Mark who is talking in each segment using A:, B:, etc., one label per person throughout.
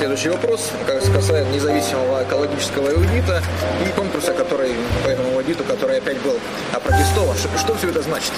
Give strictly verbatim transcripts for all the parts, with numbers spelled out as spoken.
A: следующий вопрос касаемо независимого экологического аудита и конкурса, который по этому аудиту, который опять был опротестован. Что, что все это значит?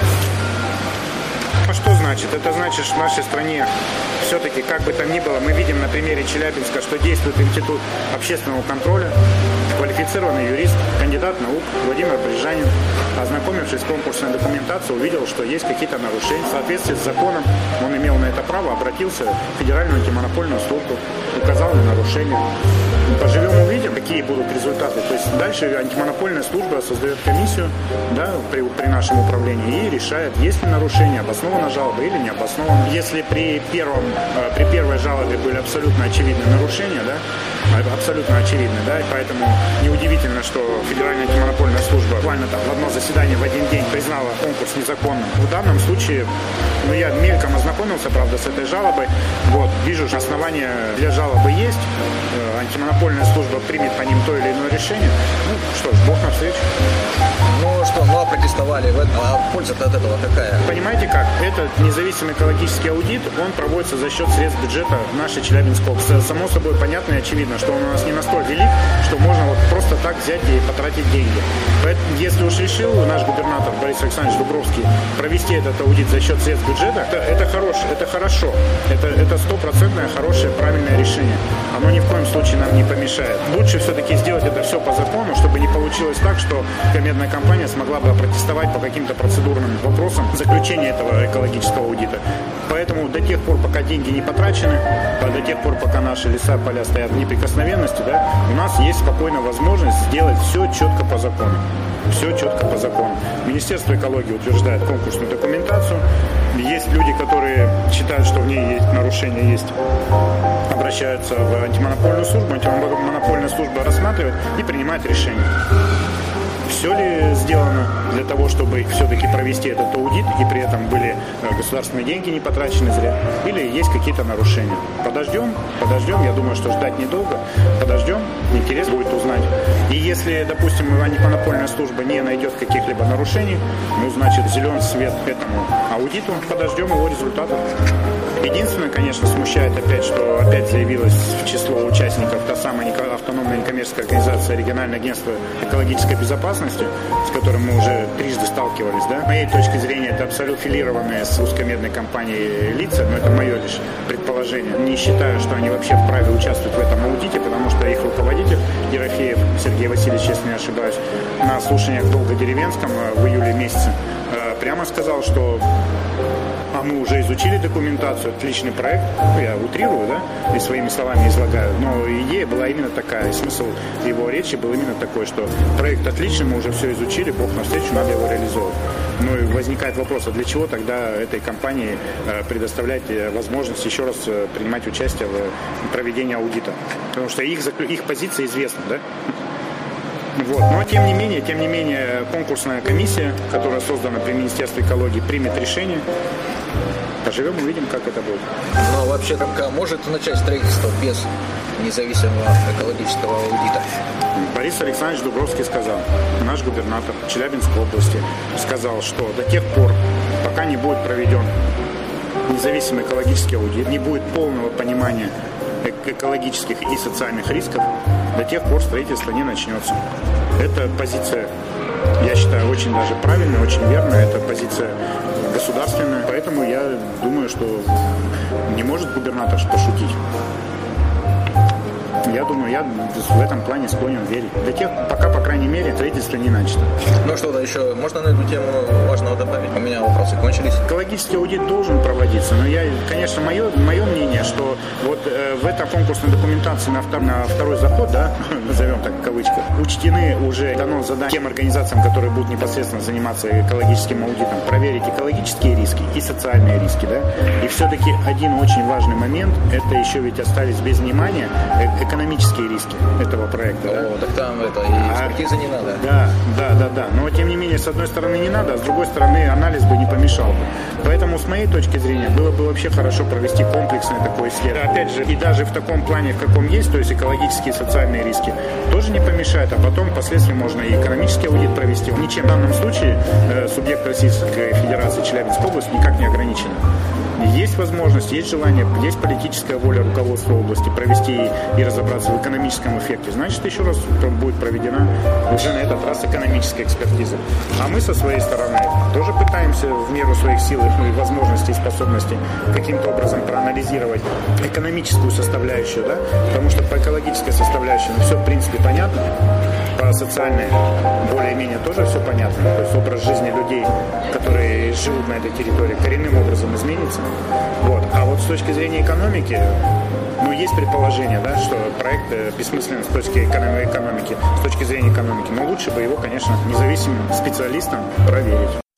B: А что значит? Это значит, что в нашей стране все-таки, как бы там ни было, мы видим на примере Челябинска, что действует институт общественного контроля, квалифицированный юрист, кандидат наук Владимир Брижанин, ознакомившись с конкурсной документацией, увидел, что есть какие-то нарушения. В соответствии с законом он имел на это право, обратился в Федеральную антимонопольную службу, указал на нарушения. Поживем, увидим, какие будут результаты. То есть дальше антимонопольная служба создает комиссию, да, при, при нашем управлении и решает, есть ли нарушение, обоснована жалоба или не обоснована. Если при, первом, при первой жалобе были абсолютно очевидные нарушения, да, абсолютно очевидны, да, и поэтому неудивительно, что Федеральная антимонопольная служба буквально там в одно заседание в один день признала конкурс незаконным. В данном случае, ну, я мельком ознакомился, правда, с этой жалобой. Вот, вижу, что основания для жалобы есть. Антимонопольная служба примет по ним то или иное решение. Ну, что ж, Бог навстречу.
A: Ну что, ну а протестовали, а польза-то от этого какая?
B: Понимаете как? Этот независимый экологический аудит, он проводится за счет средств бюджета нашей Челябинской области. Само собой понятно и очевидно, что он у нас не настолько велик, что можно вот просто так взять и потратить деньги. Поэтому, если уж решил наш губернатор Борис Александрович Дубровский провести этот аудит за счет средств бюджета, это, это, хорош, это хорошо. Это, это стопроцентное хорошее, правильное решение. Оно ни в коем случае нам не помешает. Лучше все-таки сделать это все по закону, чтобы не получилось так, что коммерческая компания смогла бы протестовать по каким-то процедурным вопросам заключения этого экологического аудита. Поэтому до тех пор, пока деньги не потрачены, до тех пор, пока наши леса, поля стоят в неприкосновенности, да, у нас есть спокойная возможность сделать все четко по закону. Все четко по закону. Министерство экологии утверждает конкурсную документацию. Есть люди, которые считают, что в ней есть нарушения, есть, обращаются в антимонопольную службу. Антимонопольная служба рассматривает и принимает решение. Все ли сделано для того, чтобы все-таки провести этот аудит, и при этом были государственные деньги не потрачены зря, или есть какие-то нарушения? Подождем, подождем, я думаю, что ждать недолго, подождем, интересно будет узнать. И если, допустим, антимонопольная служба не найдет каких-либо нарушений, ну, значит, зеленый свет этому аудиту, подождем его результатов. Единственное, конечно, смущает опять, что опять заявилось в число участников та самая автономная некоммерческая организация Региональное агентство экологической безопасности, с которым мы уже трижды сталкивались, да. С моей точки зрения, это абсолютно филированные с узкомерной компанией лица, но это мое лишь предположение. Не считаю, что они вообще вправе участвовать в этом аудите, потому что их руководитель Ерофеев Сергей Васильевич, если не ошибаюсь, на слушаниях в Долгодеревенском в июле месяце прямо сказал, что а мы уже изучили документацию, отличный проект, ну, я утрирую, да, и своими словами излагаю, но идея была именно такая, и смысл его речи был именно такой, что проект отличный, мы уже все изучили, Бог навстречу, надо его реализовывать. Ну и возникает вопрос, а для чего тогда этой компании предоставлять возможность еще раз принимать участие в проведении аудита? Потому что их, их позиция известна, да? Вот. Но тем не менее, тем не менее, конкурсная комиссия, которая создана при Министерстве экологии, примет решение. Поживем, увидим, как это будет.
A: Но вообще там может начать строительство без независимого экологического аудита?
B: Борис Александрович Дубровский сказал, наш губернатор Челябинской области сказал, что до тех пор, пока не будет проведен независимый экологический аудит, не будет полного понимания экологических и социальных рисков, до тех пор строительство не начнется. Это позиция, я считаю, очень даже правильная, очень верная. Это позиция государственная. Поэтому я думаю, что не может губернатор пошутить. Я думаю, я в этом плане склонен верить. До тех, пока, по крайней мере, строительство не начато.
A: Ну что-то еще можно на эту тему важного добавить? У меня вопросы кончились.
B: Экологический аудит должен проводиться, но я, конечно, мое, мое мнение, что вот э, в этой конкурсной документации на, втор, на второй заход, да, назовем так в кавычках, учтены уже, дано задание тем организациям, которые будут непосредственно заниматься экологическим аудитом, проверить экологические риски и социальные риски, да. И все-таки один очень важный момент, это еще ведь остались без внимания экономические риски этого проекта.
A: О,
B: да?
A: так там это, и экспертизы не надо.
B: Да, да, да, да. Но тем не менее, с одной стороны не надо, а с другой стороны анализ бы не помешал. Поэтому с моей точки зрения было бы вообще хорошо провести комплексное такое исследование. Опять же, и даже в таком плане, в каком есть, то есть экологические и социальные риски, тоже не помешает, а потом впоследствии можно и экономический аудит провести. Ничем в данном случае э, субъект Российской Федерации Челябинская область никак не ограничена. Есть возможность, есть желание, есть политическая воля руководства области провести и, и разобраться в экономическом эффекте. Значит, еще раз будет проведена уже на этот раз экономическая экспертиза. А мы со своей стороны тоже пытаемся в меру своих сил и возможностей и способностей каким-то образом проанализировать экономическую составляющую, да? Потому что по экологической составляющей ну, все в принципе понятно, по социальной более-менее тоже все понятно. То есть образ жизни людей, которые живут на этой территории, коренным образом изменится. Вот. А вот с точки зрения экономики, ну, есть предположение, да, что проект бессмыслен с точки экономики, с точки зрения экономики. Но лучше бы его, конечно, независимым специалистам проверить.